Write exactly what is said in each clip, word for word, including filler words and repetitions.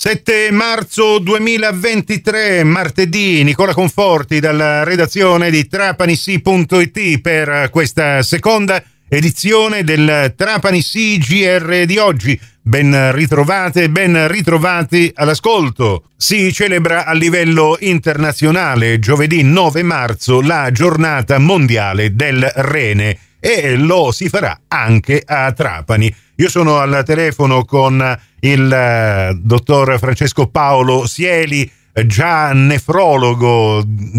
sette marzo duemilaventitré, martedì, Nicola Conforti dalla redazione di Trapanissi punto it per questa seconda edizione del Trapanissi G R di oggi. Ben ritrovate, ben ritrovati all'ascolto. Si celebra a livello internazionale giovedì nove marzo la giornata mondiale del rene e lo si farà anche a Trapani. Io sono al telefono con il eh, dottor Francesco Paolo Sieli, già nefrologo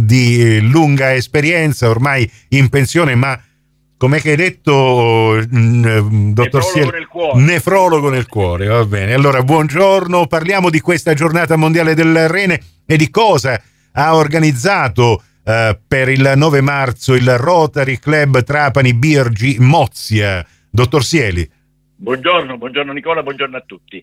di lunga esperienza, ormai in pensione, ma com'è che hai detto, mh, dottor Sieli? Nel cuore. Nefrologo nel cuore, va bene. Allora, buongiorno, parliamo di questa giornata mondiale del rene e di cosa ha organizzato Uh, per il nove marzo il Rotary Club Trapani Birgi Mozia. Dottor Sieli. Buongiorno, buongiorno Nicola, buongiorno a tutti.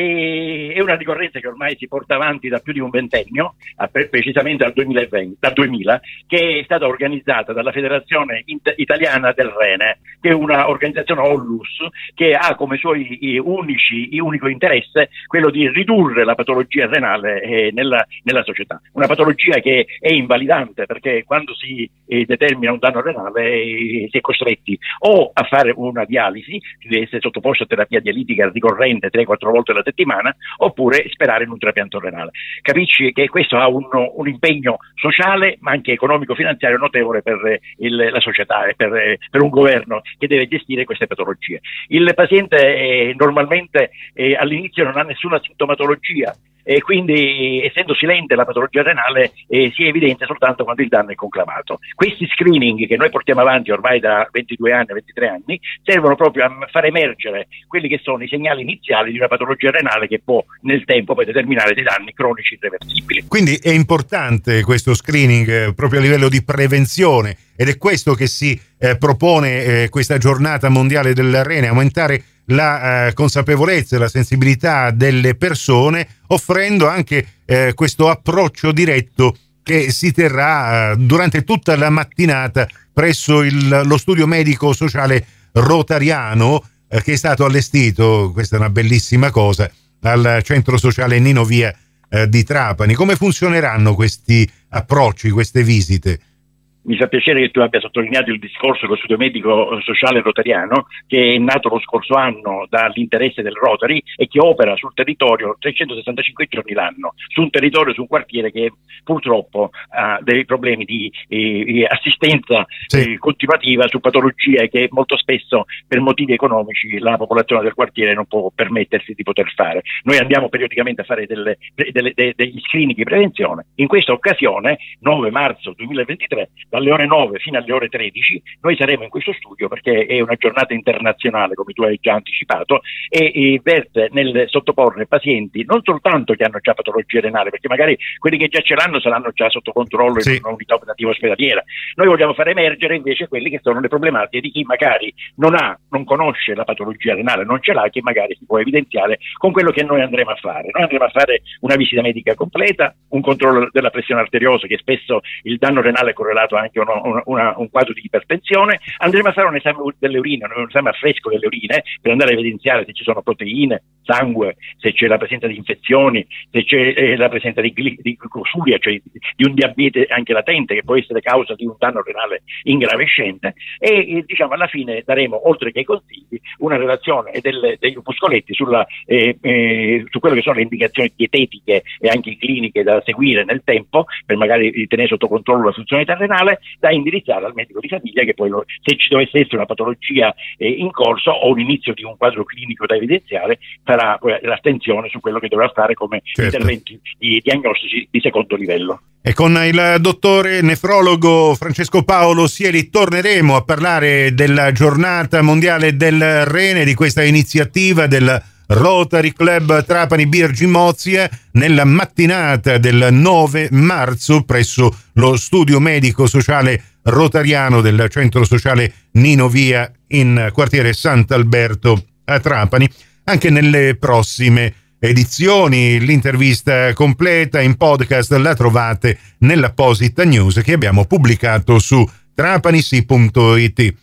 E, è una ricorrenza che ormai si porta avanti da più di un ventennio, a, precisamente dal duemilaventi, dal duemila, che è stata organizzata dalla Federazione Int- Italiana del Rene, che è una organizzazione Onlus che ha come suoi unici, unico interesse quello di ridurre la patologia renale eh, nella, nella società. Una patologia che è invalidante perché quando si eh, determina un danno renale eh, si è costretti o a fare una dialisi, si deve essere sottoposto a terapia dialitica ricorrente tre quattro volte alla settimana, oppure sperare in un trapianto renale. Capisci che questo ha un, un impegno sociale ma anche economico-finanziario notevole per il, la società e per, per un governo che deve gestire queste patologie. Il paziente eh, normalmente eh, all'inizio non ha nessuna sintomatologia e quindi, essendo silente la patologia renale, eh, si evidenzia soltanto quando il danno è conclamato. Questi screening che noi portiamo avanti ormai da ventidue anni, ventitré anni, servono proprio a far emergere quelli che sono i segnali iniziali di una patologia renale che può nel tempo poi determinare dei danni cronici irreversibili. Quindi è importante questo screening eh, proprio a livello di prevenzione, ed è questo che si eh, propone eh, questa giornata mondiale del rene, aumentare la eh, consapevolezza e la sensibilità delle persone, offrendo anche eh, questo approccio diretto che si terrà eh, durante tutta la mattinata presso il, lo studio medico sociale rotariano eh, che è stato allestito, questa è una bellissima cosa, al centro sociale Nino Via eh, di Trapani. Come funzioneranno questi approcci, queste visite? Mi fa piacere che tu abbia sottolineato il discorso dello studio medico sociale rotariano, che è nato lo scorso anno dall'interesse del Rotary e che opera sul territorio trecentosessantacinque giorni l'anno, su un territorio, su un quartiere che purtroppo ha dei problemi di eh, assistenza sì. eh, continuativa su patologie che molto spesso per motivi economici la popolazione del quartiere non può permettersi di poter fare. Noi andiamo periodicamente a fare delle, delle, delle, degli screening di prevenzione. In questa occasione, nove marzo duemilaventitré, dalle ore nove fino alle ore tredici, noi saremo in questo studio perché è una giornata internazionale, come tu hai già anticipato, e, e verte nel sottoporre pazienti non soltanto che hanno già patologie renali, perché magari quelli che già ce l'hanno saranno già sotto controllo sì. in un'unità operativa ospedaliera. Noi vogliamo far emergere invece quelli che sono le problematiche di chi magari non ha, non conosce la patologia renale, non ce l'ha, che magari si può evidenziare con quello che noi andremo a fare. Noi andremo a fare una visita medica completa, un controllo della pressione arteriosa, che spesso il danno renale è correlato anche anche una, una, un quadro di ipertensione. Andremo a fare un esame delle urine, un esame a fresco delle urine per andare a evidenziare se ci sono proteine, sangue, se c'è la presenza di infezioni, se c'è eh, la presenza di, gli, di glucosuria, cioè di un diabete anche latente che può essere causa di un danno renale ingravescente, e eh, diciamo alla fine daremo, oltre che ai consigli, una relazione del, degli opuscoletti sulla, eh, eh, su quello che sono le indicazioni dietetiche e anche cliniche da seguire nel tempo per magari tenere sotto controllo la funzionalità renale, da indirizzare al medico di famiglia che poi, lo, se ci dovesse essere una patologia eh, in corso o un inizio di un quadro clinico da evidenziare, farà poi l'attenzione su quello che dovrà fare come certo. interventi di diagnostici di secondo livello. E con il dottore nefrologo Francesco Paolo Sieli torneremo a parlare della giornata mondiale del rene, di questa iniziativa del Rotary Club Trapani Birgi Mozia nella mattinata del nove marzo presso lo studio medico sociale rotariano del centro sociale Nino Via in quartiere Sant'Alberto a Trapani. Anche nelle prossime edizioni l'intervista completa in podcast la trovate nell'apposita news che abbiamo pubblicato su Trapanissi punto it.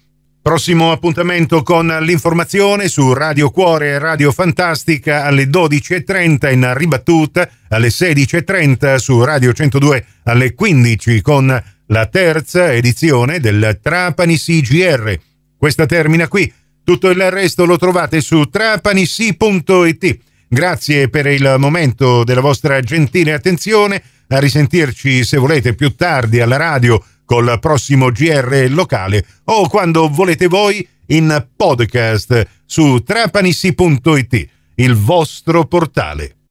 Prossimo appuntamento con l'informazione su Radio Cuore e Radio Fantastica alle dodici e trenta, in ribattuta alle sedici e trenta su Radio centodue alle quindici con la terza edizione del Trapani C G R. Questa termina qui, tutto il resto lo trovate su trapanissi punto it. Grazie per il momento della vostra gentile attenzione, a risentirci se volete più tardi alla radio col prossimo G R locale o quando volete voi in podcast su trapanissi punto it, il vostro portale.